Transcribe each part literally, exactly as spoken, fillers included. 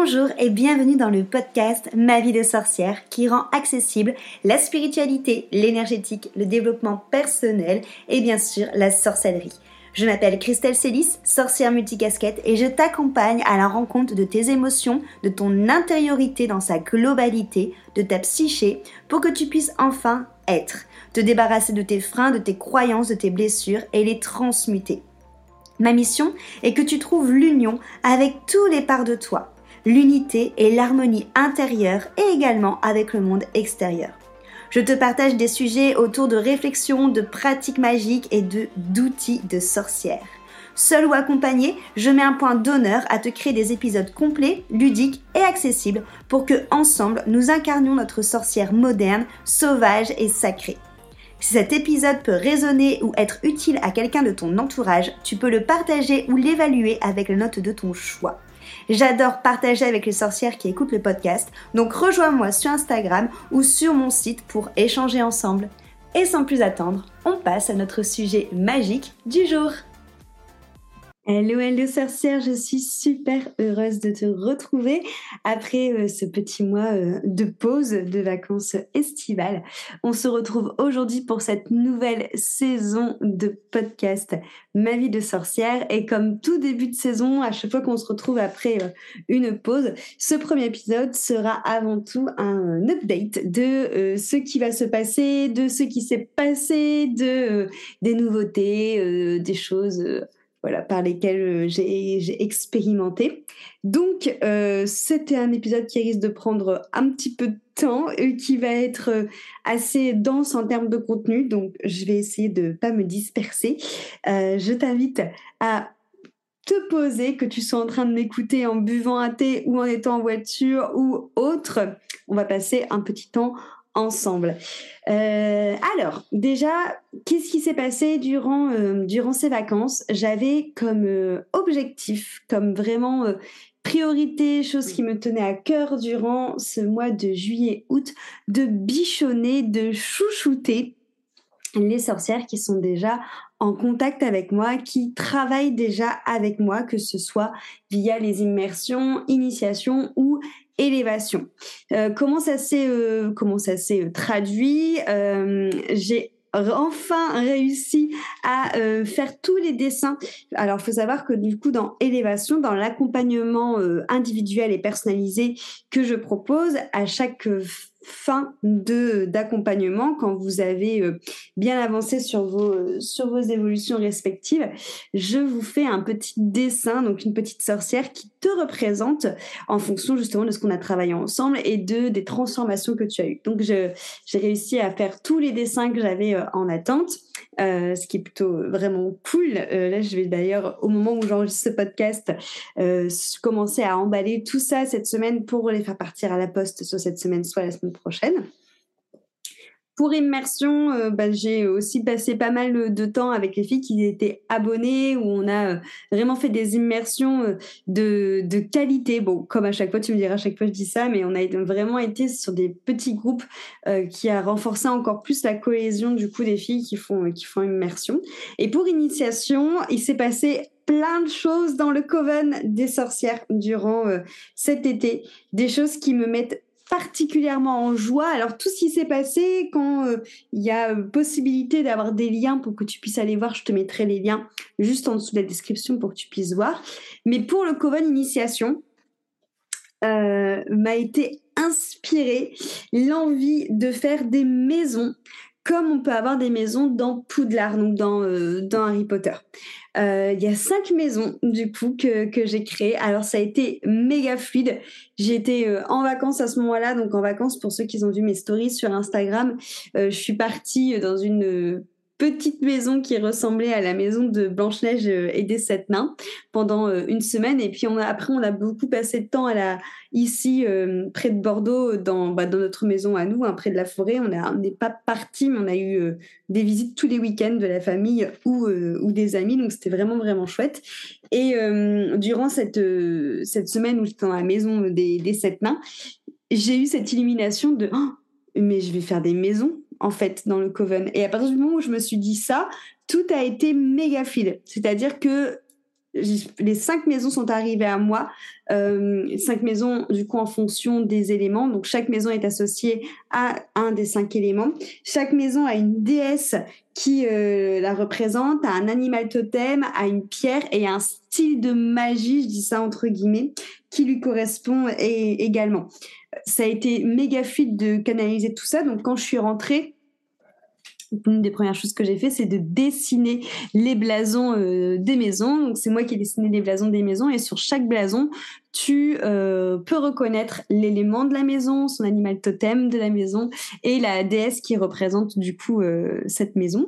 Bonjour et bienvenue dans le podcast Ma vie de sorcière qui rend accessible la spiritualité, l'énergétique, le développement personnel et bien sûr la sorcellerie. Je m'appelle Christelle Célis, sorcière multicasquette et je t'accompagne à la rencontre de tes émotions, de ton intériorité dans sa globalité, de ta psyché pour que tu puisses enfin être, te débarrasser de tes freins, de tes croyances, de tes blessures et les transmuter. Ma mission est que tu trouves l'union avec tous les parts de toi, l'unité et l'harmonie intérieure et également avec le monde extérieur. Je te partage des sujets autour de réflexions, de pratiques magiques et de, d'outils de sorcière. Seul ou accompagné, je mets un point d'honneur à te créer des épisodes complets, ludiques et accessibles pour que, ensemble, nous incarnions notre sorcière moderne, sauvage et sacrée. Si cet épisode peut résonner ou être utile à quelqu'un de ton entourage, tu peux le partager ou l'évaluer avec la note de ton choix. J'adore partager avec les sorcières qui écoutent le podcast, donc rejoins-moi sur Instagram ou sur mon site pour échanger ensemble. Et sans plus attendre, on passe à notre sujet magique du jour. Hello, hello sorcière, je suis super heureuse de te retrouver après euh, ce petit mois euh, de pause de vacances estivales. On se retrouve aujourd'hui pour cette nouvelle saison de podcast Ma vie de sorcière et comme tout début de saison, à chaque fois qu'on se retrouve après euh, une pause, ce premier épisode sera avant tout un update de euh, ce qui va se passer, de ce qui s'est passé, de euh, des nouveautés, euh, des choses... Euh, Voilà, par lesquels j'ai, j'ai expérimenté. Donc, euh, c'était un épisode qui risque de prendre un petit peu de temps, et qui va être assez dense en termes de contenu. Donc, je vais essayer de ne pas me disperser. Euh, je t'invite à te poser, que tu sois en train de m'écouter en buvant un thé ou en étant en voiture ou autre. On va passer un petit temps ensemble. Euh, alors, déjà, qu'est-ce qui s'est passé durant, euh, durant ces vacances ? J'avais comme euh, objectif, comme vraiment euh, priorité, chose qui me tenait à cœur durant ce mois de juillet-août, de bichonner, de chouchouter les sorcières qui sont déjà en contact avec moi, qui travaillent déjà avec moi, que ce soit via les immersions, initiations ou élévation. Euh, comment ça s'est, euh, comment ça s'est traduit ? euh, J'ai enfin réussi à euh, faire tous les dessins. Alors, il faut savoir que du coup, dans élévation, dans l'accompagnement euh, individuel et personnalisé que je propose, à chaque euh, fin de d'accompagnement, quand vous avez euh, bien avancé sur vos euh, sur vos évolutions respectives, je vous fais un petit dessin, donc une petite sorcière qui te représente en fonction justement de ce qu'on a travaillé ensemble et de des transformations que tu as eues. Donc je j'ai réussi à faire tous les dessins que j'avais euh, en attente. Euh, ce qui est plutôt vraiment cool. Euh, là, je vais d'ailleurs, au moment où j'enregistre ce podcast, euh, commencer à emballer tout ça cette semaine pour les faire partir à la poste, soit cette semaine, soit la semaine prochaine. Pour immersion, euh, bah, j'ai aussi passé pas mal de temps avec les filles qui étaient abonnées, où on a euh, vraiment fait des immersions euh, de, de qualité. Bon, comme à chaque fois, tu me diras, à chaque fois je dis ça, mais on a vraiment été sur des petits groupes euh, qui a renforcé encore plus la cohésion du coup des filles qui font, qui font immersion. Et pour initiation, il s'est passé plein de choses dans le coven des sorcières durant euh, cet été, des choses qui me mettent particulièrement en joie. Alors tout ce qui s'est passé, quand il euh, y a euh, possibilité d'avoir des liens pour que tu puisses aller voir, je te mettrai les liens juste en dessous de la description pour que tu puisses voir. Mais pour le Coven Initiation, euh, m'a été inspirée l'envie de faire des maisons comme on peut avoir des maisons dans Poudlard, donc dans, euh, dans Harry Potter. Il euh, y a cinq maisons, du coup, que, que j'ai créées. Alors, ça a été méga fluide. J'étais euh, en vacances à ce moment-là. Donc, en vacances, pour ceux qui ont vu mes stories sur Instagram, euh, je suis partie dans une... Euh, petite maison qui ressemblait à la maison de Blanche-Neige et des Sept Nains pendant euh, une semaine. Et puis on a, après, on a beaucoup passé de temps à la, ici, euh, près de Bordeaux, dans, bah, dans notre maison à nous, hein, près de la forêt. On n'est pas partis, mais on a eu euh, des visites tous les week-ends de la famille ou, euh, ou des amis. Donc c'était vraiment, vraiment chouette. Et euh, durant cette, euh, cette semaine où j'étais dans la maison des, des Sept Nains, j'ai eu cette illumination de oh, mais je vais faire des maisons en fait dans le Coven. Et à partir du moment où je me suis dit ça, tout a été méga fluide. C'est-à-dire que les cinq maisons sont arrivées à moi. Euh, cinq maisons, du coup, en fonction des éléments. Donc, chaque maison est associée à un des cinq éléments. Chaque maison a une déesse qui euh, la représente, a un animal totem, a une pierre et un style de magie, je dis ça entre guillemets, qui lui correspond et, également. Ça a été méga fluide de canaliser tout ça. Donc, quand je suis rentrée, une des premières choses que j'ai fait, c'est de dessiner les blasons euh, des maisons. Donc, c'est moi qui ai dessiné les blasons des maisons. Et sur chaque blason, tu euh, peux reconnaître l'élément de la maison, son animal totem de la maison et la déesse qui représente du coup euh, cette maison.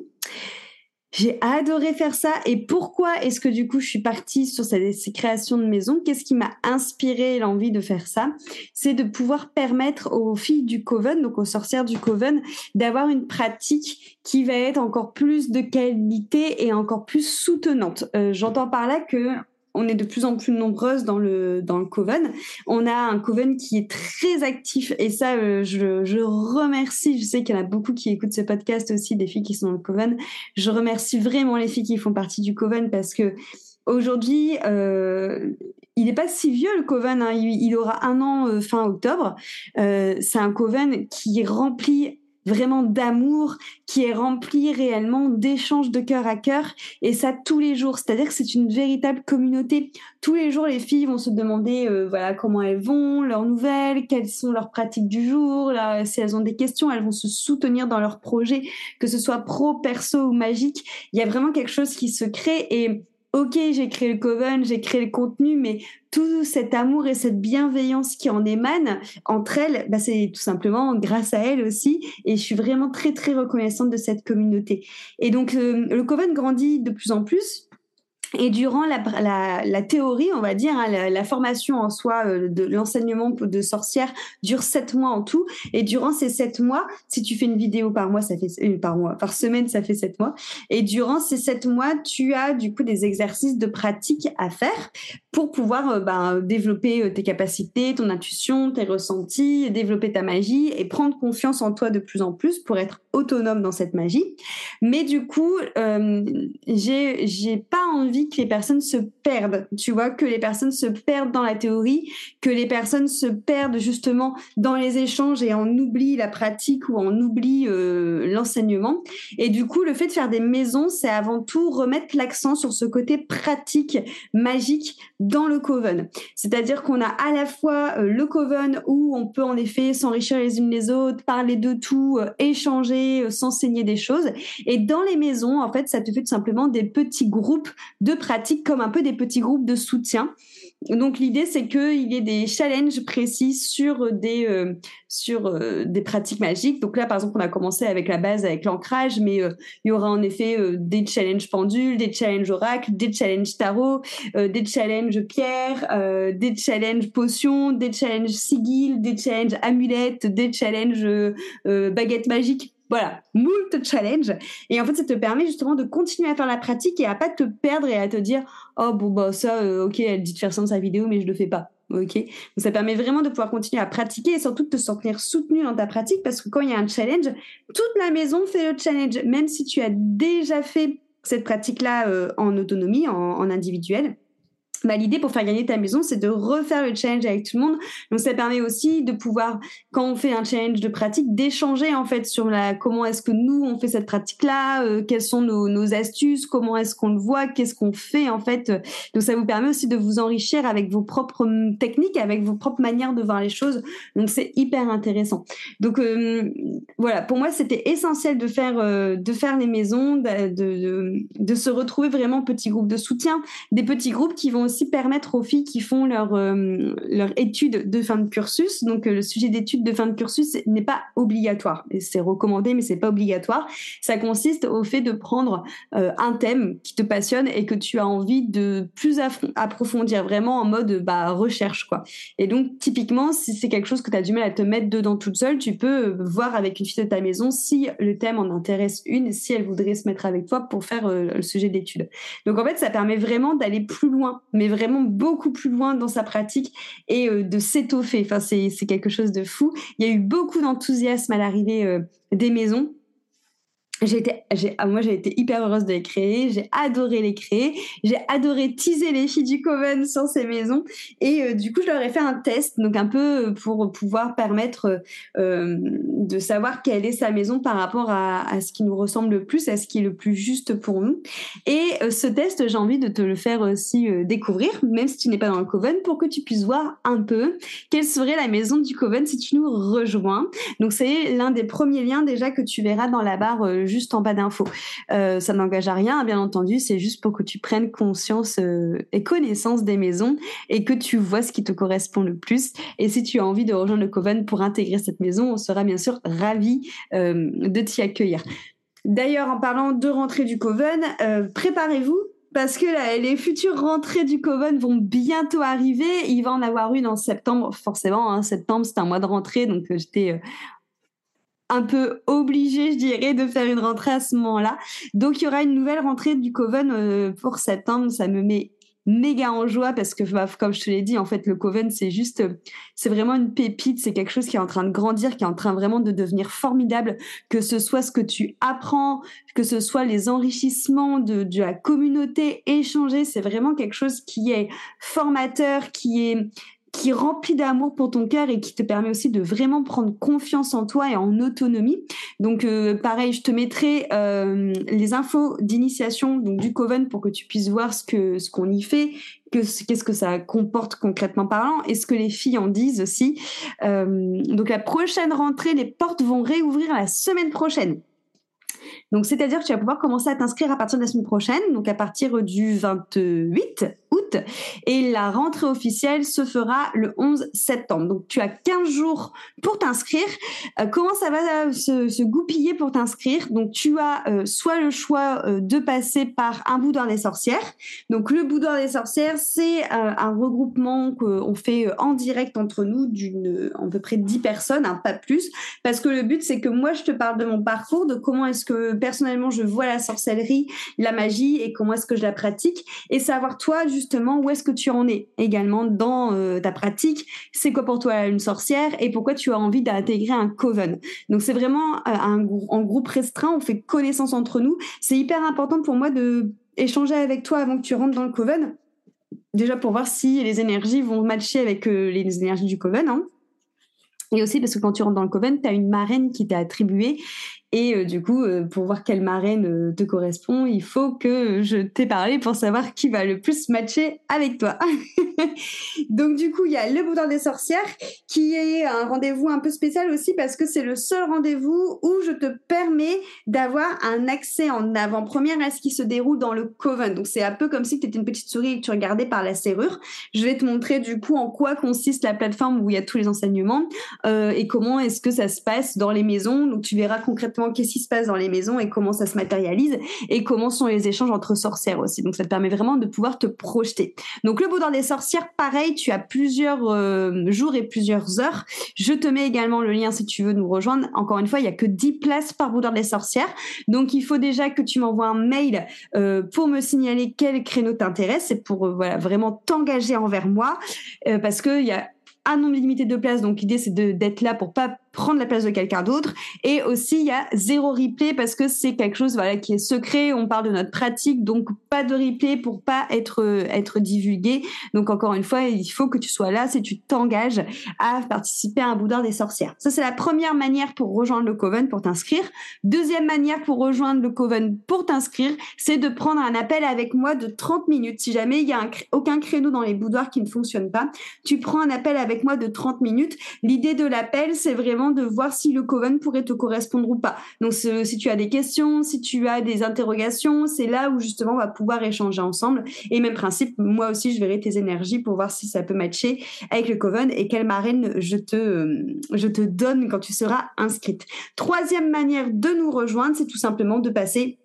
J'ai adoré faire ça. Et pourquoi est-ce que du coup je suis partie sur ces, ces créations de maisons? Qu'est-ce qui m'a inspiré l'envie de faire ça? C'est de pouvoir permettre aux filles du Coven, donc aux sorcières du Coven, d'avoir une pratique qui va être encore plus de qualité et encore plus soutenante. Euh, j'entends par là que on est de plus en plus nombreuses dans le dans le Coven. On a un Coven qui est très actif et ça, euh, je, je remercie. Je sais qu'il y en a beaucoup qui écoutent ce podcast aussi, des filles qui sont dans le Coven. Je remercie vraiment les filles qui font partie du Coven parce que aujourd'hui, euh, il n'est pas si vieux le Coven. Hein. Il, il aura un an euh, fin octobre. Euh, c'est un Coven qui est rempli vraiment d'amour, qui est rempli réellement d'échanges de cœur à cœur, et ça tous les jours. C'est-à-dire que c'est une véritable communauté. Tous les jours, les filles vont se demander euh, voilà comment elles vont, leurs nouvelles, quelles sont leurs pratiques du jour. Là, si elles ont des questions, elles vont se soutenir dans leurs projets, que ce soit pro, perso ou magique. Il y a vraiment quelque chose qui se crée et ok, j'ai créé le Coven, j'ai créé le contenu, mais tout cet amour et cette bienveillance qui en émane entre elles, bah c'est tout simplement grâce à elles aussi. Et je suis vraiment très, très reconnaissante de cette communauté. Et donc, euh, le Coven grandit de plus en plus. Et durant la, la, la théorie, on va dire, hein, la, la formation en soi euh, de l'enseignement de sorcière dure sept mois en tout. Et durant ces sept mois, si tu fais une vidéo par mois, ça fait euh, par mois, par semaine, ça fait sept mois. Et durant ces sept mois, tu as du coup des exercices de pratique à faire pour pouvoir euh, ben, développer euh, tes capacités, ton intuition, tes ressentis, développer ta magie et prendre confiance en toi de plus en plus pour être autonome dans cette magie. Mais du coup, euh, j'ai j'ai pas envie que les personnes se perdent, tu vois, que les personnes se perdent dans la théorie, que les personnes se perdent justement dans les échanges et en oublient la pratique ou en oublient euh, l'enseignement. Et du coup, le fait de faire des maisons, c'est avant tout remettre l'accent sur ce côté pratique, magique dans le Coven. C'est-à-dire qu'on a à la fois euh, le Coven où on peut en effet s'enrichir les unes les autres, parler de tout, euh, échanger, euh, s'enseigner des choses. Et dans les maisons, en fait, ça te fait tout simplement des petits groupes de pratique, comme un peu des petits groupes de soutien. Donc l'idée, c'est qu'il y ait des challenges précis sur des euh, sur euh, des pratiques magiques. Donc là, par exemple, on a commencé avec la base, avec l'ancrage, mais euh, il y aura en effet euh, des challenges pendules, des challenges oracles, des challenges tarot, euh, des challenges pierre, euh, des challenges potions, des challenges sigil, des challenges amulettes, des challenges euh, euh, baguettes magiques. Voilà, moult challenge. Et en fait, ça te permet justement de continuer à faire la pratique et à pas te perdre et à te dire « Oh, bon, bah ça, euh, ok, elle dit de faire ça dans sa vidéo, mais je le fais pas. » Ok. Donc, ça permet vraiment de pouvoir continuer à pratiquer et surtout de te sentir soutenu dans ta pratique parce que quand il y a un challenge, toute la maison fait le challenge. Même si tu as déjà fait cette pratique-là euh, en autonomie, en, en individuel, bah, l'idée pour faire gagner ta maison, c'est de refaire le challenge avec tout le monde. Donc, ça permet aussi de pouvoir, quand on fait un challenge de pratique, d'échanger en fait sur la comment est-ce que nous on fait cette pratique-là, euh, quelles sont nos, nos astuces, comment est-ce qu'on le voit, qu'est-ce qu'on fait en fait. Donc, ça vous permet aussi de vous enrichir avec vos propres techniques, avec vos propres manières de voir les choses. Donc, c'est hyper intéressant. Donc, euh, voilà, pour moi, c'était essentiel de faire euh, de faire les maisons, de, de, de se retrouver vraiment petits groupes de soutien, des petits groupes qui vont aussi permettre aux filles qui font leur euh, leur étude de fin de cursus. Donc euh, le sujet d'étude de fin de cursus n'est pas obligatoire, et c'est recommandé mais c'est pas obligatoire. Ça consiste au fait de prendre euh, un thème qui te passionne et que tu as envie de plus aff- approfondir vraiment en mode bah recherche quoi. Et donc typiquement si c'est quelque chose que tu as du mal à te mettre dedans toute seule, tu peux voir avec une fille de ta maison si le thème en intéresse une, si elle voudrait se mettre avec toi pour faire euh, le sujet d'étude. Donc en fait ça permet vraiment d'aller plus loin, mais vraiment beaucoup plus loin dans sa pratique et euh, de s'étoffer. Enfin, c'est, c'est quelque chose de fou. Il y a eu beaucoup d'enthousiasme à l'arrivée euh, des maisons. J'ai été, j'ai, moi, j'ai été hyper heureuse de les créer. J'ai adoré les créer. J'ai adoré teaser les filles du Coven sur ces maisons. Et euh, du coup, je leur ai fait un test, donc un peu pour pouvoir permettre euh, de savoir quelle est sa maison par rapport à, à ce qui nous ressemble le plus, à ce qui est le plus juste pour nous. Et euh, ce test, j'ai envie de te le faire aussi euh, découvrir, même si tu n'es pas dans le Coven, pour que tu puisses voir un peu quelle serait la maison du Coven si tu nous rejoins. Donc, c'est l'un des premiers liens déjà que tu verras dans la barre euh, juste en bas d'infos. Euh, ça n'engage à rien, bien entendu, c'est juste pour que tu prennes conscience euh, et connaissance des maisons et que tu vois ce qui te correspond le plus. Et si tu as envie de rejoindre le Coven pour intégrer cette maison, on sera bien sûr ravis euh, de t'y accueillir. D'ailleurs, en parlant de rentrée du Coven, euh, préparez-vous parce que là, les futures rentrées du Coven vont bientôt arriver. Il va en avoir une en septembre, forcément. Hein, septembre, c'est un mois de rentrée, donc euh, j'étais euh, un peu obligée, je dirais, de faire une rentrée à ce moment-là. Donc, il y aura une nouvelle rentrée du Coven euh, pour septembre. Ça me met méga en joie parce que, bah, comme je te l'ai dit, en fait, le Coven, c'est juste, c'est vraiment une pépite. C'est quelque chose qui est en train de grandir, qui est en train vraiment de devenir formidable. Que ce soit ce que tu apprends, que ce soit les enrichissements de, de la communauté échangée, c'est vraiment quelque chose qui est formateur, qui est qui est rempli d'amour pour ton cœur et qui te permet aussi de vraiment prendre confiance en toi et en autonomie. Donc, euh, pareil, je te mettrai euh, les infos d'initiation donc du Coven pour que tu puisses voir ce que ce qu'on y fait, que, qu'est-ce que ça comporte concrètement parlant et ce que les filles en disent aussi. Euh, donc, la prochaine rentrée, les portes vont réouvrir la semaine prochaine. Donc, c'est-à-dire que tu vas pouvoir commencer à t'inscrire à partir de la semaine prochaine, donc à partir du vingt-huit août. Et la rentrée officielle se fera le onze septembre. Donc, tu as quinze jours pour t'inscrire. Euh, comment ça va se, se goupiller pour t'inscrire? Donc, tu as euh, soit le choix euh, de passer par un boudoir des sorcières. Donc, le boudoir des sorcières, c'est euh, un regroupement qu'on fait en direct entre nous d'une à peu près dix personnes, hein, pas plus. Parce que le but, c'est que moi, je te parle de mon parcours, de comment est-ce que personnellement je vois la sorcellerie, la magie et comment est-ce que je la pratique et savoir toi justement où est-ce que tu en es également dans euh, ta pratique, c'est quoi pour toi une sorcière et pourquoi tu as envie d'intégrer un coven. Donc c'est vraiment euh, un, en groupe restreint, on fait connaissance entre nous. C'est hyper important pour moi de échanger avec toi avant que tu rentres dans le coven. Déjà pour voir si les énergies vont matcher avec euh, les énergies du coven, hein. Et aussi parce que quand tu rentres dans le coven, tu as une marraine qui t'est attribuée. Et euh, du coup, euh, pour voir quelle marraine euh, te correspond, il faut que je t'ai parlé pour savoir qui va le plus matcher avec toi. Donc du coup, il y a le boudoir des sorcières qui est un rendez-vous un peu spécial aussi parce que c'est le seul rendez-vous où je te permets d'avoir un accès en avant-première à ce qui se déroule dans le coven. Donc c'est un peu comme si tu étais une petite souris et que tu regardais par la serrure. Je vais te montrer du coup en quoi consiste la plateforme où il y a tous les enseignements euh, et comment est-ce que ça se passe dans les maisons. Donc tu verras concrètement qu'est-ce qui se passe dans les maisons et comment ça se matérialise et comment sont les échanges entre sorcières aussi. Donc ça te permet vraiment de pouvoir te projeter. Donc le boudoir des sorcières, pareil, tu as plusieurs euh, jours et plusieurs heures. Je te mets également le lien si tu veux nous rejoindre. Encore une fois, il y a que dix places par boudoir des sorcières. Donc il faut déjà que tu m'envoies un mail euh, pour me signaler quel créneau t'intéresse et pour euh, voilà vraiment t'engager envers moi euh, parce que il y a un nombre limité de places, donc l'idée c'est de, d'être là pour pas prendre la place de quelqu'un d'autre. Et aussi, il y a zéro replay parce que c'est quelque chose voilà qui est secret. On parle de notre pratique, donc pas de replay pour pas être être divulgué. Donc encore une fois, il faut que tu sois là si tu t'engages à participer à un boudoir des sorcières. Ça, c'est la première manière pour rejoindre le coven, pour t'inscrire. Deuxième manière pour rejoindre le coven, pour t'inscrire, c'est de prendre un appel avec moi de trente minutes. Si jamais il y a un, aucun créneau dans les boudoirs qui ne fonctionne pas, tu prends un appel avec moi de trente minutes. L'idée de l'appel, c'est vraiment de voir si le coven pourrait te correspondre ou pas. Donc, si tu as des questions, si tu as des interrogations, c'est là où justement on va pouvoir échanger ensemble. Et même principe, moi aussi, je verrai tes énergies pour voir si ça peut matcher avec le coven et quelle marraine je te, je te donne quand tu seras inscrite. Troisième manière de nous rejoindre, c'est tout simplement de passer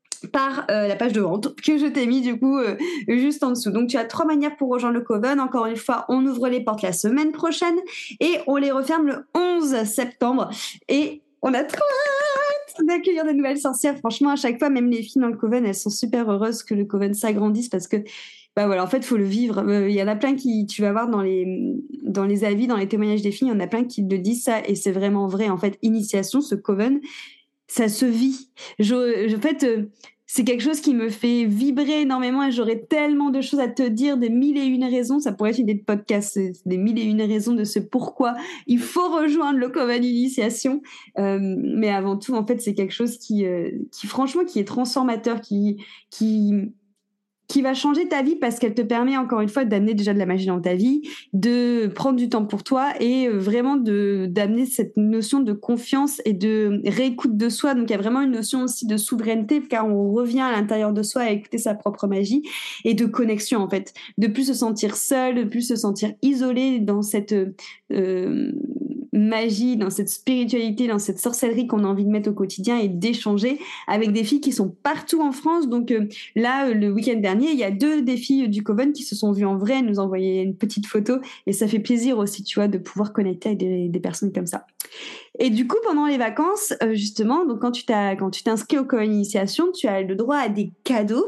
par euh, la page de vente que je t'ai mis du coup euh, juste en dessous. Donc tu as trois manières pour rejoindre le coven. Encore une fois, on ouvre les portes la semaine prochaine et on les referme le onze septembre et on a trop hâte d'accueillir de nouvelles sorcières. Franchement, à chaque fois, même les filles dans le coven, elles sont super heureuses que le coven s'agrandisse parce que bah voilà, en fait, faut le vivre. Il euh, y en a plein qui, tu vas voir dans les dans les avis, dans les témoignages des filles, il y en a plein qui te disent ça et c'est vraiment vrai. En fait, initiation, ce coven, ça se vit. Je, je, en fait, euh, c'est quelque chose qui me fait vibrer énormément et j'aurais tellement de choses à te dire, des mille et une raisons. Ça pourrait être une idée de podcast, des mille et une raisons de ce pourquoi il faut rejoindre le Coven Initiation. Euh, mais avant tout, en fait, c'est quelque chose qui, euh, qui franchement, qui est transformateur, qui, qui, qui va changer ta vie parce qu'elle te permet encore une fois d'amener déjà de la magie dans ta vie, de prendre du temps pour toi et vraiment de d'amener cette notion de confiance et de réécoute de soi. Donc il y a vraiment une notion aussi de souveraineté car on revient à l'intérieur de soi à écouter sa propre magie et de connexion en fait, de plus se sentir seul, de plus se sentir isolé dans cette euh, magie, dans cette spiritualité, dans cette sorcellerie qu'on a envie de mettre au quotidien et d'échanger avec des filles qui sont partout en France. Donc euh, là, euh, le week-end dernier, il y a deux des filles du Coven qui se sont vues en vrai, elles nous ont envoyé une petite photo et ça fait plaisir aussi, tu vois, de pouvoir connecter avec des, des personnes comme ça. Et du coup, pendant les vacances, euh, justement, donc quand tu t'as, quand tu t'inscris au Coven Initiation, tu as le droit à des cadeaux.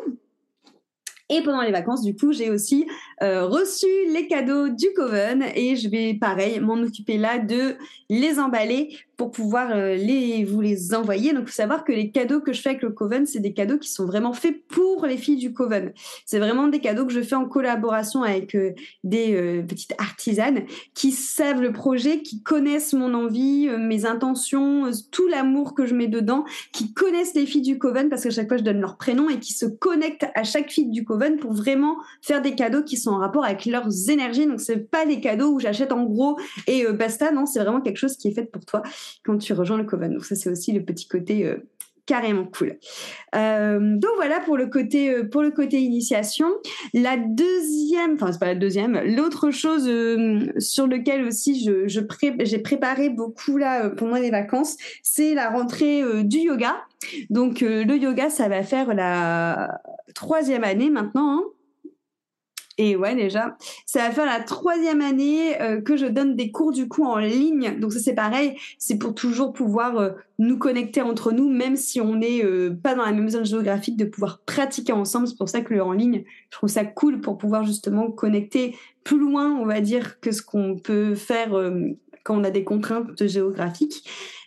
Et pendant les vacances, du coup, j'ai aussi euh, reçu les cadeaux du Coven et je vais, pareil, m'en occuper là de les emballer pour pouvoir euh, les, vous les envoyer. Donc, il faut savoir que les cadeaux que je fais avec le Coven, c'est des cadeaux qui sont vraiment faits pour les filles du Coven. C'est vraiment des cadeaux que je fais en collaboration avec euh, des euh, petites artisanes qui savent le projet, qui connaissent mon envie, euh, mes intentions, euh, tout l'amour que je mets dedans, qui connaissent les filles du Coven parce qu'à chaque fois, je donne leur prénom et qui se connectent à chaque fille du Coven pour vraiment faire des cadeaux qui sont en rapport avec leurs énergies. Donc, c'est pas des cadeaux où j'achète en gros et euh, basta. Non, c'est vraiment quelque chose qui est fait pour toi quand tu rejoins le Coven. Donc, ça, c'est aussi le petit côté euh, carrément cool. Euh, donc, voilà pour le côté, euh, pour le côté initiation. La deuxième, enfin, c'est pas la deuxième, l'autre chose euh, sur lequel aussi je, je pré- j'ai préparé beaucoup là euh, pendant les vacances, c'est la rentrée euh, du yoga. Donc, euh, le yoga, ça va faire la troisième année maintenant, hein. Et ouais, déjà, ça va faire la troisième année euh, que je donne des cours du coup en ligne. Donc ça, c'est pareil, c'est pour toujours pouvoir euh, nous connecter entre nous, même si on n'est euh, pas dans la même zone géographique, de pouvoir pratiquer ensemble. C'est pour ça que le en ligne, je trouve ça cool pour pouvoir justement connecter plus loin, on va dire, que ce qu'on peut faire euh, quand on a des contraintes géographiques.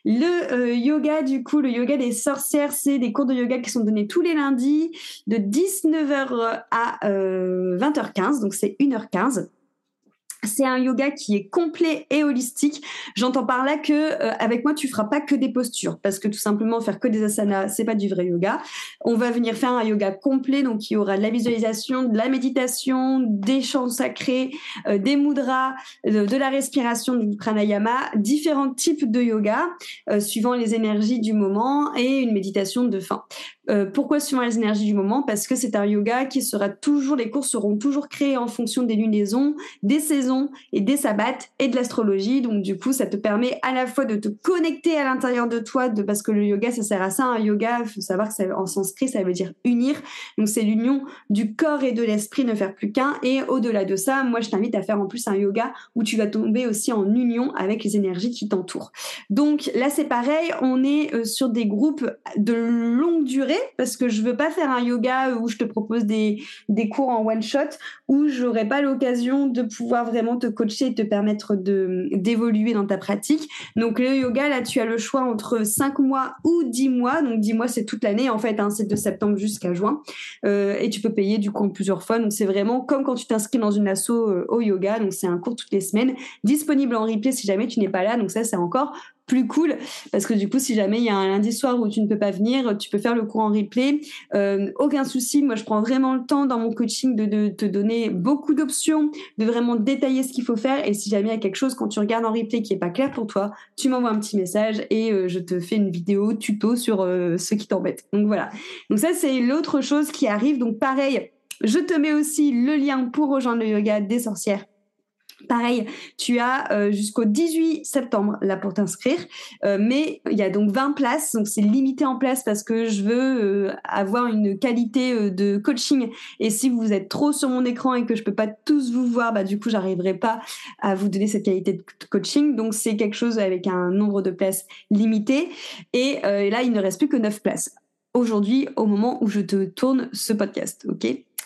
Le euh, yoga, du coup, le yoga des sorcières, c'est des cours de yoga qui sont donnés tous les lundis de dix-neuf heures à euh, vingt heures quinze, donc c'est une heure quinze. C'est un yoga qui est complet et holistique. J'entends par là que euh, avec moi tu feras pas que des postures parce que tout simplement faire que des asanas c'est pas du vrai yoga. On va venir faire un yoga complet, donc il y aura de la visualisation, de la méditation, des chants sacrés, euh, des mudras, de, de la respiration, du pranayama, différents types de yoga euh, suivant les énergies du moment et une méditation de fin. Euh, pourquoi suivant les énergies du moment? Parce que c'est un yoga qui sera toujours, les cours seront toujours créés en fonction des lunaisons, des saisons et des sabbats et de l'astrologie. Donc du coup, ça te permet à la fois de te connecter à l'intérieur de toi, de, parce que le yoga, ça sert à ça. Un yoga, il faut savoir que ça, en sanskrit, ça veut dire unir. Donc c'est l'union du corps et de l'esprit, ne faire plus qu'un. Et au-delà de ça, moi, je t'invite à faire en plus un yoga où tu vas tomber aussi en union avec les énergies qui t'entourent. Donc là, c'est pareil, on est euh, sur des groupes de longue durée parce que je veux pas faire un yoga où je te propose des, des cours en one shot où j'aurai pas l'occasion de pouvoir vraiment te coacher et te permettre de, d'évoluer dans ta pratique. Donc le yoga, là, tu as le choix entre cinq mois ou dix mois. Donc dix mois, c'est toute l'année en fait, hein, c'est de septembre jusqu'à juin. Euh, et tu peux payer du coup en plusieurs fois. Donc c'est vraiment comme quand tu t'inscris dans une asso euh, au yoga. Donc c'est un cours toutes les semaines, disponible en replay si jamais tu n'es pas là. Donc ça, c'est encore plus cool parce que du coup si jamais il y a un lundi soir où tu ne peux pas venir, tu peux faire le cours en replay, euh, aucun souci. Moi je prends vraiment le temps dans mon coaching de, de te donner beaucoup d'options, de vraiment détailler ce qu'il faut faire, et si jamais il y a quelque chose quand tu regardes en replay qui est pas clair pour toi, tu m'envoies un petit message et euh, je te fais une vidéo tuto sur euh, ce qui t'embête. Donc voilà, donc ça c'est l'autre chose qui arrive. Donc pareil, je te mets aussi le lien pour rejoindre le yoga des sorcières. Pareil, tu as euh, jusqu'au dix-huit septembre là pour t'inscrire, euh, mais il y a donc vingt places, donc c'est limité en place parce que je veux euh, avoir une qualité euh, de coaching, et si vous êtes trop sur mon écran et que je peux pas tous vous voir, bah du coup j'arriverai pas à vous donner cette qualité de coaching. Donc c'est quelque chose avec un nombre de places limité, et euh, là il ne reste plus que neuf places aujourd'hui au moment où je te tourne ce podcast, ok?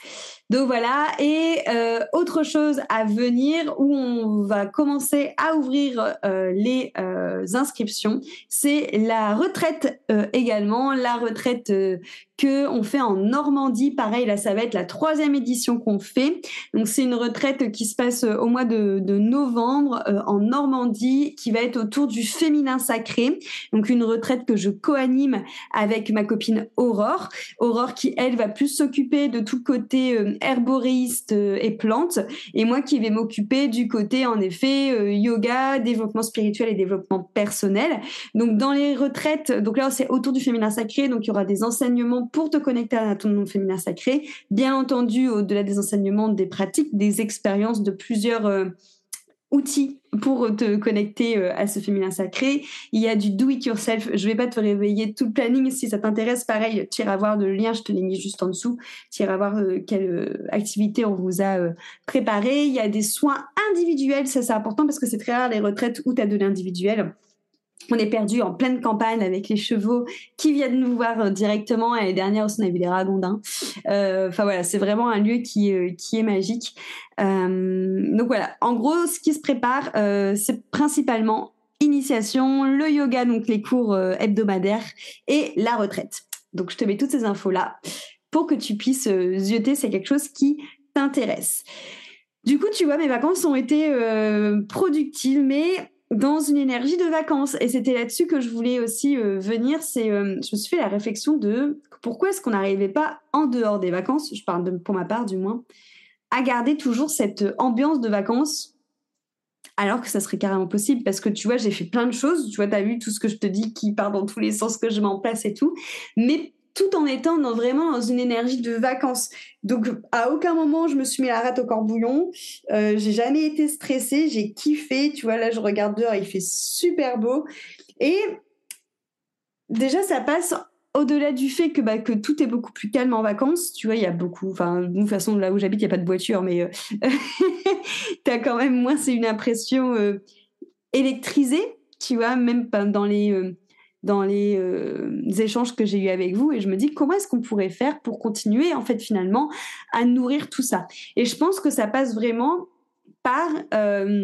Donc voilà, et euh, autre chose à venir où on va commencer à ouvrir euh, les euh, inscriptions, c'est la retraite euh, également, la retraite euh, que on fait en Normandie. Pareil, là ça va être la troisième édition qu'on fait. Donc c'est une retraite qui se passe au mois de, de novembre euh, en Normandie, qui va être autour du féminin sacré. Donc une retraite que je co-anime avec ma copine Aurore. Aurore qui elle va plus s'occuper de tout le côté euh, herboréiste euh, et plantes, et moi qui vais m'occuper du côté en effet euh, yoga, développement spirituel et développement personnel. Donc dans les retraites, donc là c'est autour du féminin sacré, donc il y aura des enseignements pour te connecter à ton féminin sacré, bien entendu au-delà des enseignements, des pratiques, des expériences, de plusieurs euh, outils pour te connecter à ce féminin sacré. Il y a du do it yourself. Je vais pas te réveiller tout le planning. Si ça t'intéresse, pareil, tu iras voir le lien, je te l'ai mis juste en dessous. Tu iras voir euh, quelle euh, activité on vous a euh, préparé. Il y a des soins individuels. Ça, c'est important parce que c'est très rare les retraites où tu as de l'individuel. On est perdu en pleine campagne avec les chevaux qui viennent nous voir directement. L'année dernière aussi, on a vu des ragondins. Euh, enfin voilà, c'est vraiment un lieu qui, euh, qui est magique. Euh, donc voilà, en gros, ce qui se prépare, euh, c'est principalement initiation, le yoga, donc les cours euh, hebdomadaires et la retraite. Donc je te mets toutes ces infos-là pour que tu puisses euh, zioter, c'est quelque chose qui t'intéresse. Du coup, tu vois, mes vacances ont été euh, productives, mais dans une énergie de vacances. Et c'était là-dessus que je voulais aussi euh, venir. C'est, euh, je me suis fait la réflexion de pourquoi est-ce qu'on n'arrivait pas, en dehors des vacances, je parle de, pour ma part du moins, à garder toujours cette ambiance de vacances, alors que ça serait carrément possible. Parce que tu vois, j'ai fait plein de choses. Tu vois, t'as vu tout ce que je te dis qui part dans tous les sens que je mets en place et tout. Mais tout en étant dans, vraiment dans une énergie de vacances. Donc, à aucun moment, je me suis mis la rate au corbouillon. Euh, j'ai jamais été stressée. J'ai kiffé. Tu vois, là, je regarde dehors, il fait super beau. Et déjà, ça passe au-delà du fait que, bah, que tout est beaucoup plus calme en vacances. Tu vois, il y a beaucoup... Enfin, de toute façon, là où j'habite, il n'y a pas de voiture, mais euh, t'as quand même moins, c'est une impression euh, électrisée, tu vois, même dans les... Euh, dans les euh, échanges que j'ai eus avec vous, et je me dis comment est-ce qu'on pourrait faire pour continuer en fait finalement à nourrir tout ça. Et je pense que ça passe vraiment par euh,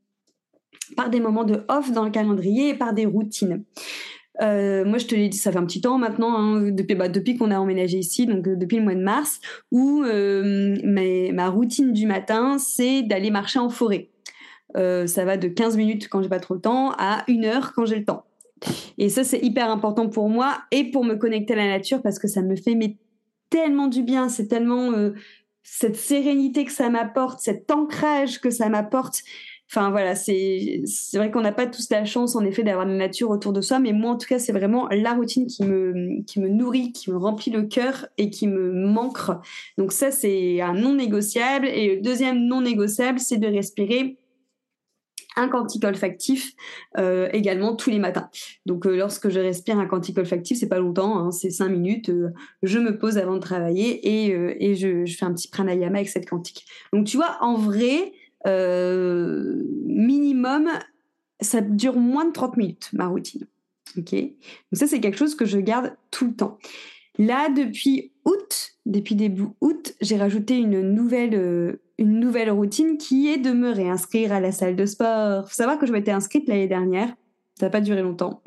par des moments de off dans le calendrier et par des routines. Euh, moi, je te l'ai dit, ça fait un petit temps maintenant, hein, depuis, bah, depuis qu'on a emménagé ici, donc euh, depuis le mois de mars, où euh, mes, ma routine du matin, c'est d'aller marcher en forêt. Euh, ça va de quinze minutes quand j'ai pas trop le temps à une heure quand j'ai le temps. Et ça, c'est hyper important pour moi et pour me connecter à la nature parce que ça me fait mais, tellement du bien. C'est tellement euh, cette sérénité que ça m'apporte, cet ancrage que ça m'apporte. Enfin voilà, c'est, c'est vrai qu'on n'a pas tous la chance en effet d'avoir de la nature autour de soi, mais moi en tout cas, c'est vraiment la routine qui me, qui me nourrit, qui me remplit le cœur et qui me m'ancre. Donc ça, c'est un non négociable. Et le deuxième non négociable, c'est de respirer un quantique olfactif euh, également tous les matins. Donc euh, lorsque je respire un quantique olfactif, c'est pas longtemps, hein, c'est cinq minutes, euh, je me pose avant de travailler et, euh, et je, je fais un petit pranayama avec cette quantique. Donc tu vois, en vrai, euh, minimum, ça dure moins de trente minutes, ma routine. Ok. Donc ça, c'est quelque chose que je garde tout le temps. Là, depuis août, depuis début août, j'ai rajouté une nouvelle, euh, une nouvelle routine qui est de me réinscrire à la salle de sport. Faut savoir que je m'étais inscrite l'année dernière. Ça n'a pas duré longtemps.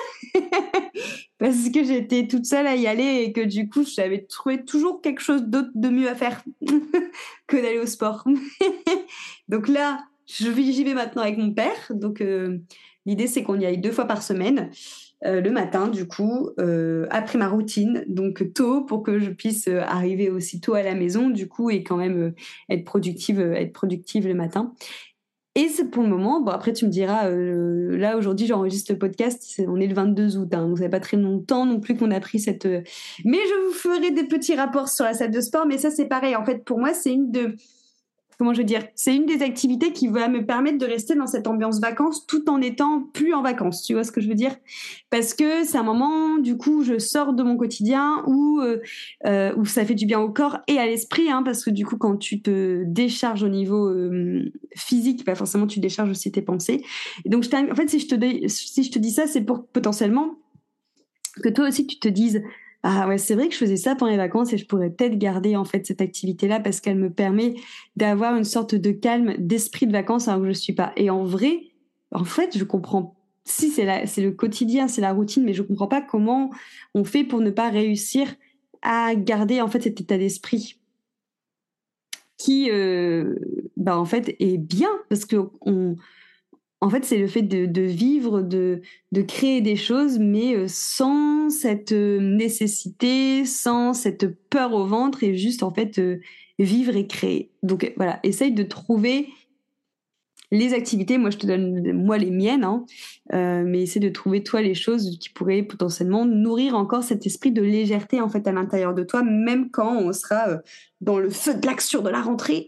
Parce que j'étais toute seule à y aller et que du coup, j'avais trouvé toujours quelque chose d'autre de mieux à faire que d'aller au sport. Donc là, je vais, j'y vais maintenant avec mon père. Donc euh, l'idée, c'est qu'on y aille deux fois par semaine. Euh, le matin, du coup, euh, après ma routine, donc tôt, pour que je puisse euh, arriver aussi tôt à la maison, du coup, et quand même euh, être productive, euh, être productive le matin. Et c'est pour le moment. Bon, après, tu me diras, euh, là, aujourd'hui, j'enregistre le podcast, c'est, on est le vingt-deux août, hein, donc ça fait pas très longtemps non plus qu'on a pris cette... Euh... Mais je vous ferai des petits rapports sur la salle de sport, mais ça, c'est pareil. En fait, pour moi, c'est une de... Comment je veux dire, c'est une des activités qui va me permettre de rester dans cette ambiance vacances tout en étant plus en vacances. Tu vois ce que je veux dire? Parce que c'est un moment, du coup, où je sors de mon quotidien où, euh, euh, où ça fait du bien au corps et à l'esprit, hein, parce que du coup, quand tu te décharges au niveau euh, physique, bah forcément, tu décharges aussi tes pensées. Et donc, je en fait, si je, te dis, si je te dis ça, c'est pour potentiellement que toi aussi, tu te dises Ah ouais, c'est vrai que je faisais ça pendant les vacances et je pourrais peut-être garder en fait cette activité-là parce qu'elle me permet d'avoir une sorte de calme d'esprit de vacances alors que je ne suis pas. Et en vrai, en fait, je comprends. Si c'est la, c'est le quotidien, c'est la routine, mais je comprends pas comment on fait pour ne pas réussir à garder en fait cet état d'esprit qui, euh, bah en fait, est bien parce que on, en fait, c'est le fait de, de vivre, de, de créer des choses, mais euh, sans cette euh, nécessité, sans cette peur au ventre, et juste en fait euh, vivre et créer. Donc euh, voilà, essaye de trouver les activités. Moi, je te donne moi les miennes, hein, euh, mais essaie de trouver toi les choses qui pourraient potentiellement nourrir encore cet esprit de légèreté en fait à l'intérieur de toi, même quand on sera euh, dans le feu de l'action de la rentrée.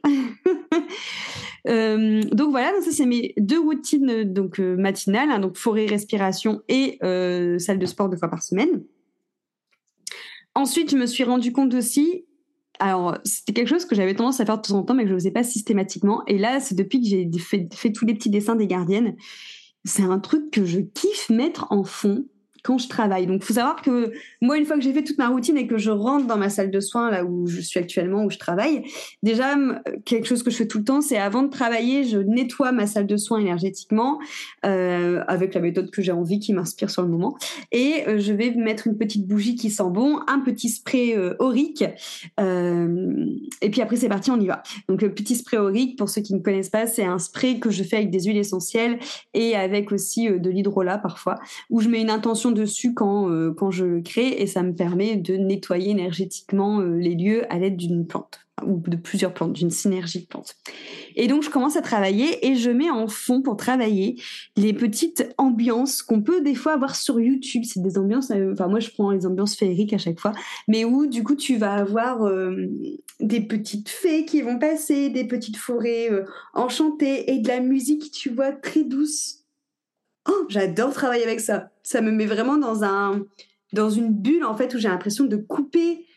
Euh, donc voilà, donc ça c'est mes deux routines donc euh, matinales, hein, donc forêt, respiration et euh, salle de sport deux fois par semaine. Ensuite, je me suis rendu compte aussi, alors c'était quelque chose que j'avais tendance à faire de temps en temps, mais que je ne faisais pas systématiquement. Et là, c'est depuis que j'ai fait, fait tous les petits dessins des gardiennes, c'est un truc que je kiffe mettre en fond quand je travaille. Donc, il faut savoir que moi, une fois que j'ai fait toute ma routine et que je rentre dans ma salle de soins, là où je suis actuellement, où je travaille, déjà, quelque chose que je fais tout le temps, c'est avant de travailler, je nettoie ma salle de soins énergétiquement, euh, avec la méthode que j'ai envie, qui m'inspire sur le moment. Et euh, je vais mettre une petite bougie qui sent bon, un petit spray euh, aurique, euh, et puis après, c'est parti, on y va. Donc, le petit spray aurique, pour ceux qui ne connaissent pas, c'est un spray que je fais avec des huiles essentielles et avec aussi euh, de l'hydrolat parfois, où je mets une intention dessus quand, euh, quand je le crée et ça me permet de nettoyer énergétiquement euh, les lieux à l'aide d'une plante ou de plusieurs plantes, d'une synergie de plantes. Et donc je commence à travailler et je mets en fond pour travailler les petites ambiances qu'on peut des fois avoir sur YouTube. C'est des ambiances, euh, enfin moi je prends les ambiances féeriques à chaque fois, mais où du coup tu vas avoir euh, des petites fées qui vont passer, des petites forêts euh, enchantées et de la musique, tu vois, très douce. Oh, j'adore travailler avec ça. Ça me met vraiment dans un, dans une bulle en fait où j'ai l'impression de couper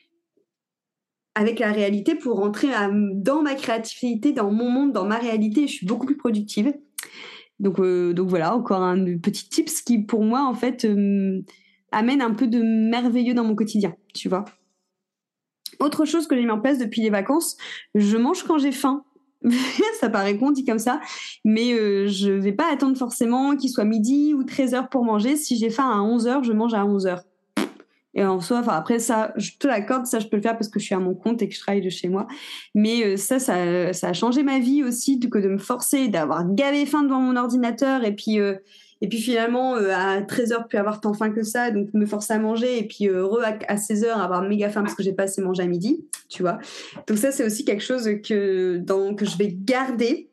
avec la réalité pour rentrer à, dans ma créativité, dans mon monde, dans ma réalité. Je suis beaucoup plus productive. Donc, euh, donc voilà, encore un petit tips qui pour moi en fait euh, amène un peu de merveilleux dans mon quotidien, tu vois. Autre chose que j'ai mis en place depuis les vacances, je mange quand j'ai faim. Ça paraît con dit comme ça, mais euh, je vais pas attendre forcément qu'il soit midi ou treize heures pour manger. Si j'ai faim à onze heures, je mange à onze heures. Et en soi, enfin après ça, je te l'accorde, ça je peux le faire parce que je suis à mon compte et que je travaille de chez moi. Mais euh, ça, ça, ça a changé ma vie aussi, que de me forcer, d'avoir gavé faim devant mon ordinateur et puis euh, et puis finalement euh, à treize heures plus avoir tant faim que ça, donc me forcer à manger et puis euh, re à, à seize heures avoir méga faim parce que j'ai pas assez mangé à midi, tu vois. Donc ça c'est aussi quelque chose que dans que je vais garder.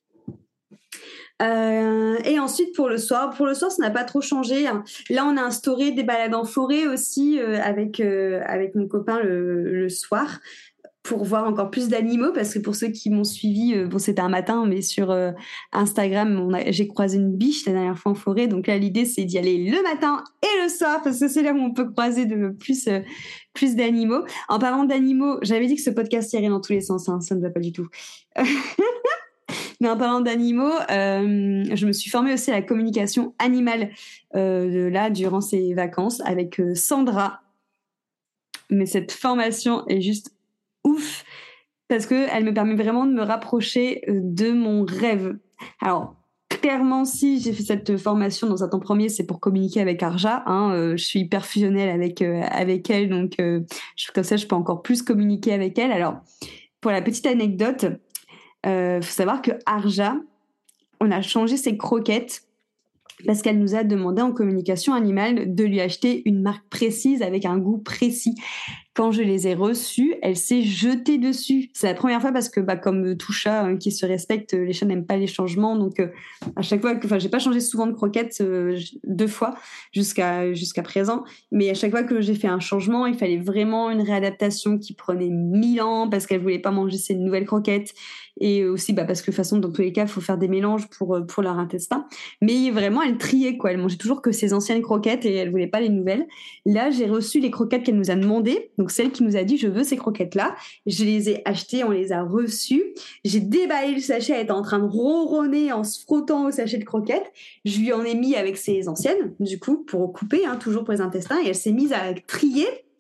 Euh, et ensuite pour le soir, pour le soir ça n'a pas trop changé. Là on a instauré des balades en forêt aussi euh, avec euh, avec mon copain le, le soir pour voir encore plus d'animaux parce que pour ceux qui m'ont suivi, euh, bon c'était un matin mais sur euh, Instagram on a, j'ai croisé une biche la dernière fois en forêt, donc là l'idée c'est d'y aller le matin et le soir parce que c'est là où on peut croiser de plus euh, plus d'animaux. En parlant d'animaux, j'avais dit que ce podcast irait dans tous les sens, hein, ça ne va pas du tout. Mais en parlant d'animaux, euh, je me suis formée aussi à la communication animale euh, là durant ces vacances avec euh, Sandra. Mais cette formation est juste ouf parce que elle me permet vraiment de me rapprocher euh, de mon rêve. Alors clairement, si j'ai fait cette formation dans un temps premier, c'est pour communiquer avec Arja. Hein, euh, je suis hyper fusionnelle avec euh, avec elle, donc euh, je, comme ça, je peux encore plus communiquer avec elle. Alors pour la petite anecdote. Il euh, faut savoir que Arja, on a changé ses croquettes parce qu'elle nous a demandé en communication animale de lui acheter une marque précise avec un goût précis. Quand je les ai reçues, elle s'est jetée dessus. C'est la première fois parce que, bah, comme tout chat hein, qui se respecte, les chats n'aiment pas les changements. Donc, euh, à chaque fois que, enfin, j'ai pas changé souvent de croquettes, euh, deux fois jusqu'à jusqu'à présent. Mais à chaque fois que j'ai fait un changement, il fallait vraiment une réadaptation qui prenait mille ans parce qu'elle voulait pas manger ces nouvelles croquettes. Et aussi, bah, parce que de toute façon, dans tous les cas, il faut faire des mélanges pour pour leur intestin. Mais vraiment, elle triait quoi. Elle mangeait toujours que ses anciennes croquettes et elle voulait pas les nouvelles. Là, j'ai reçu les croquettes qu'elle nous a demandées. Donc, celle qui nous a dit, je veux ces croquettes-là. Je les ai achetées, on les a reçues. J'ai déballé le sachet, elle était en train de ronronner en se frottant au sachet de croquettes. Je lui en ai mis avec ses anciennes, du coup, pour couper, hein, toujours pour les intestins. Et elle s'est mise à trier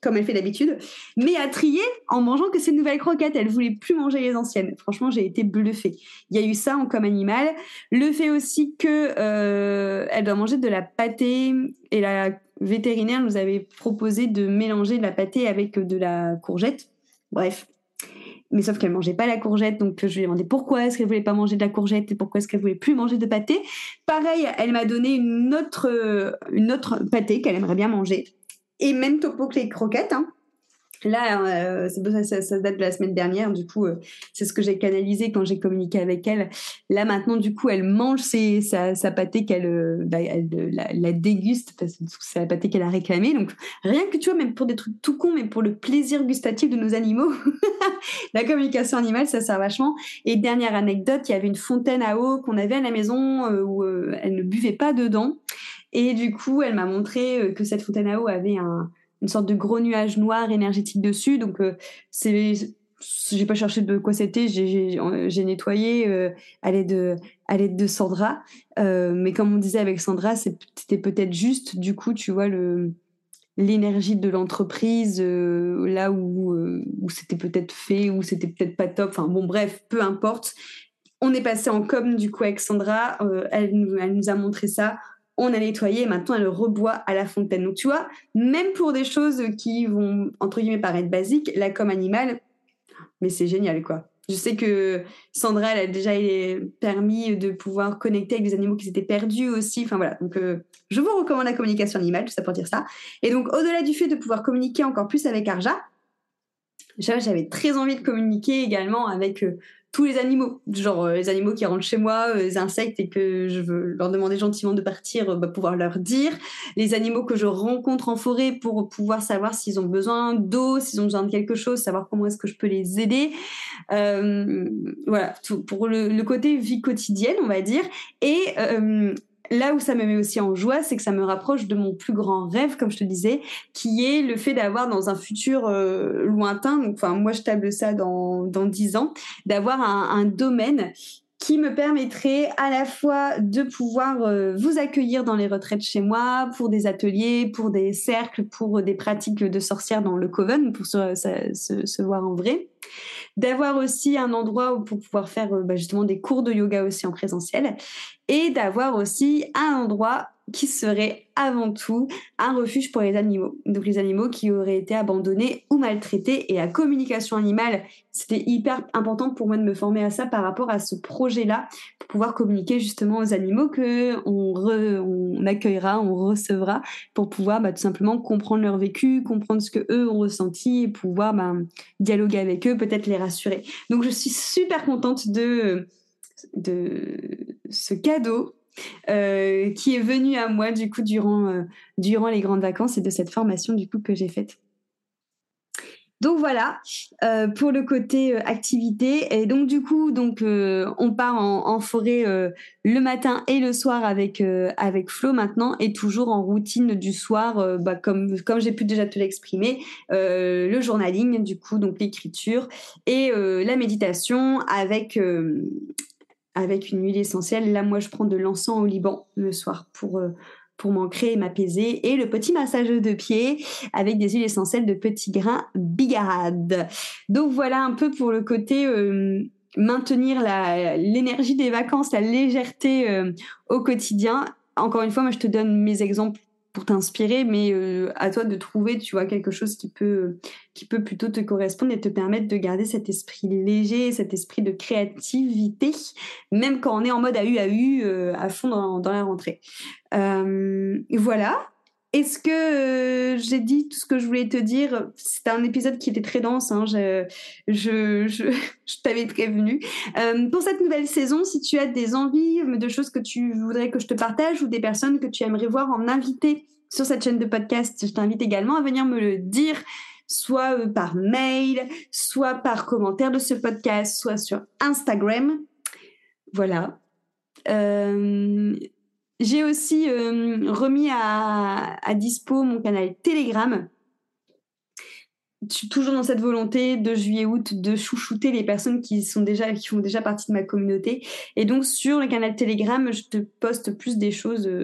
comme elle fait d'habitude, mais à trier en mangeant que ces nouvelles croquettes. Elle voulait plus manger les anciennes. Franchement, j'ai été bluffée. Il y a eu ça en comme animal. Le fait aussi que euh, elle doit manger de la pâtée, et la vétérinaire nous avait proposé de mélanger de la pâtée avec de la courgette. Bref. Mais sauf qu'elle mangeait pas la courgette, donc je lui ai demandé pourquoi est-ce qu'elle voulait pas manger de la courgette et pourquoi est-ce qu'elle voulait plus manger de pâté. Pareil, elle m'a donné une autre, euh, une autre pâté qu'elle aimerait bien manger. Et même topo que les croquettes, hein. Là, euh, ça, ça, ça date de la semaine dernière, du coup, euh, c'est ce que j'ai canalisé quand j'ai communiqué avec elle. Là, maintenant, du coup, elle mange ses, sa, sa pâtée qu'elle euh, bah, elle, la, la déguste, parce que c'est la pâtée qu'elle a réclamée. Donc, rien que, tu vois, même pour des trucs tout cons, mais pour le plaisir gustatif de nos animaux, la communication animale, ça sert vachement. Et dernière anecdote, il y avait une fontaine à eau qu'on avait à la maison euh, où euh, elle ne buvait pas dedans. Et du coup, elle m'a montré euh, que cette fontaine à eau avait un une sorte de gros nuage noir énergétique dessus. Donc, euh, c'est, j'ai pas cherché de quoi c'était, j'ai, j'ai, j'ai nettoyé euh, à l'aide de, à l'aide de Sandra. Euh, mais comme on disait avec Sandra, c'était peut-être juste, du coup, tu vois, le, l'énergie de l'entreprise, euh, là où, euh, où c'était peut-être fait, où c'était peut-être pas top. Enfin, bon, bref, peu importe. On est passé en com, du coup, avec Sandra. Euh, elle, elle nous a montré ça. On a nettoyé et maintenant elle reboit à la fontaine. Donc tu vois, même pour des choses qui vont, entre guillemets, paraître basiques, la com animale, mais c'est génial, quoi. Je sais que Sandra, elle a déjà permis de pouvoir connecter avec des animaux qui s'étaient perdus aussi. Enfin voilà, donc euh, je vous recommande la communication animale, tout ça pour dire ça. Et donc au-delà du fait de pouvoir communiquer encore plus avec Arja, j'avais très envie de communiquer également avec euh, tous les animaux, genre euh, les animaux qui rentrent chez moi, euh, les insectes, et que je veux leur demander gentiment de partir, euh, bah, pouvoir leur dire, les animaux que je rencontre en forêt pour pouvoir savoir s'ils ont besoin d'eau, s'ils ont besoin de quelque chose, savoir comment est-ce que je peux les aider. Euh, voilà, tout, pour le, le côté vie quotidienne, on va dire. Et euh, là où ça me met aussi en joie, c'est que ça me rapproche de mon plus grand rêve, comme je te disais, qui est le fait d'avoir dans un futur euh, lointain, donc enfin moi je table ça dans dans dix ans, d'avoir un, un domaine qui me permettrait à la fois de pouvoir euh, vous accueillir dans les retraites chez moi, pour des ateliers, pour des cercles, pour des pratiques de sorcières dans le coven, pour se, se, se voir en vrai. D'avoir aussi un endroit pour pouvoir faire euh, bah, justement des cours de yoga aussi en présentiel, et d'avoir aussi un endroit qui serait avant tout un refuge pour les animaux. Donc les animaux qui auraient été abandonnés ou maltraités. Et la communication animale, c'était hyper important pour moi de me former à ça par rapport à ce projet-là, pour pouvoir communiquer justement aux animaux que on, re, on accueillera, on recevra, pour pouvoir bah, tout simplement comprendre leur vécu, comprendre ce que eux ont ressenti, et pouvoir bah, dialoguer avec eux, peut-être les rassurer. Donc je suis super contente de, de ce cadeau Euh, qui est venu à moi du coup durant euh, durant les grandes vacances, et de cette formation du coup que j'ai faite. Donc voilà euh, pour le côté euh, activité. Et donc du coup donc euh, on part en, en forêt euh, le matin et le soir avec euh, avec Flo maintenant, et toujours en routine du soir, euh, bah, comme comme j'ai pu déjà te l'exprimer, euh, le journaling du coup, donc l'écriture et euh, la méditation avec euh, avec une huile essentielle. Là, moi, je prends de l'encens au Liban le soir pour, euh, pour m'ancrer et m'apaiser. Et le petit massage de pied avec des huiles essentielles de petits grains bigarade. Donc, voilà un peu pour le côté euh, maintenir la, l'énergie des vacances, la légèreté euh, au quotidien. Encore une fois, moi, je te donne mes exemples pour t'inspirer, mais euh, à toi de trouver, tu vois, quelque chose qui peut, qui peut plutôt te correspondre et te permettre de garder cet esprit léger, cet esprit de créativité, même quand on est en mode A U A U euh, à fond dans, dans la rentrée. Euh, voilà. Est-ce que euh, j'ai dit tout ce que je voulais te dire? C'était un épisode qui était très dense, hein, je, je, je, je t'avais prévenu. Euh, pour cette nouvelle saison, si tu as des envies de choses que tu voudrais que je te partage, ou des personnes que tu aimerais voir en invité sur cette chaîne de podcast, je t'invite également à venir me le dire, soit par mail, soit par commentaire de ce podcast, soit sur Instagram. Voilà. Euh... J'ai aussi euh, remis à, à dispo mon canal Telegram. Je suis toujours dans cette volonté de juillet-août de chouchouter les personnes qui sont déjà, qui font déjà partie de ma communauté. Et donc sur le canal Telegram, je te poste plus des choses euh,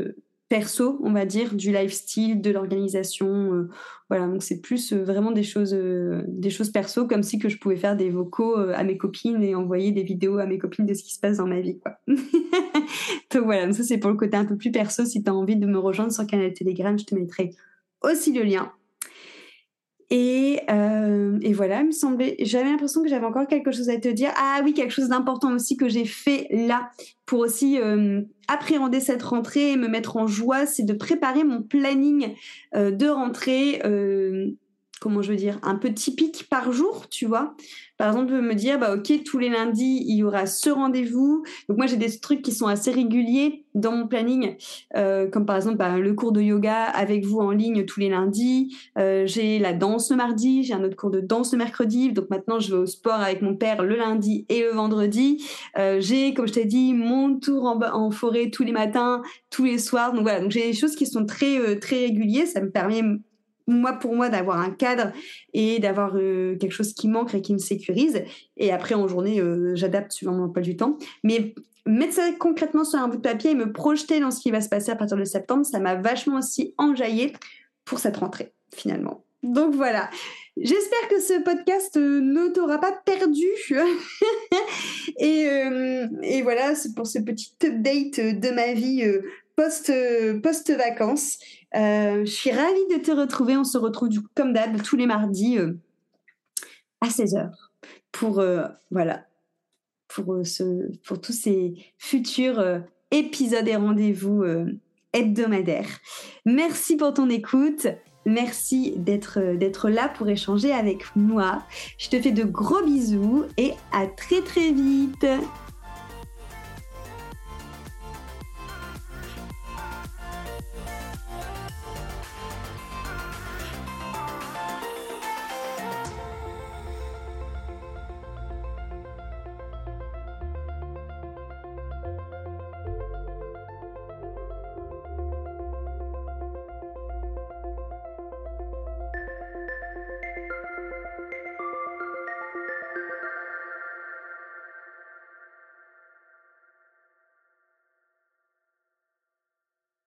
perso, on va dire, du lifestyle, de l'organisation. Euh, voilà, donc c'est plus euh, vraiment des choses, euh, des choses perso, comme si que je pouvais faire des vocaux euh, à mes copines et envoyer des vidéos à mes copines de ce qui se passe dans ma vie, quoi. Donc voilà, donc ça c'est pour le côté un peu plus perso. Si tu as envie de me rejoindre sur Canal Telegram, je te mettrai aussi le lien. Et, euh, et voilà, il me semblait, j'avais l'impression que j'avais encore quelque chose à te dire. Ah oui, quelque chose d'important aussi que j'ai fait là pour aussi euh, appréhender cette rentrée et me mettre en joie, c'est de préparer mon planning euh, de rentrée, euh, comment je veux dire, un peu typique par jour, tu vois. Par exemple, me dire, bah ok, tous les lundis, il y aura ce rendez-vous. Donc moi, j'ai des trucs qui sont assez réguliers dans mon planning, euh, comme par exemple bah, le cours de yoga avec vous en ligne tous les lundis. Euh, j'ai la danse le mardi, j'ai un autre cours de danse le mercredi. Donc maintenant, je vais au sport avec mon père le lundi et le vendredi. Euh, j'ai, comme je t'ai dit, mon tour en, en forêt tous les matins, tous les soirs. Donc voilà, donc j'ai des choses qui sont très euh, très réguliers. Ça me permet moi pour moi d'avoir un cadre et d'avoir euh, quelque chose qui manque et qui me sécurise. Et après en journée, euh, j'adapte suivant mon emploi du temps. Mais mettre ça concrètement sur un bout de papier et me projeter dans ce qui va se passer à partir de septembre, ça m'a vachement aussi enjaillée pour cette rentrée finalement. Donc voilà, j'espère que ce podcast euh, ne t'aura pas perdu. et, euh, et voilà, c'est pour ce petit update de ma vie euh, post, euh, post-vacances. Euh, je suis ravie de te retrouver. On se retrouve du coup, comme d'hab tous les mardis euh, à seize heures pour, euh, voilà, pour, euh, ce, pour tous ces futurs euh, épisodes et rendez-vous euh, hebdomadaires. Merci pour ton écoute. Merci d'être, euh, d'être là pour échanger avec moi. Je te fais de gros bisous et à très très vite.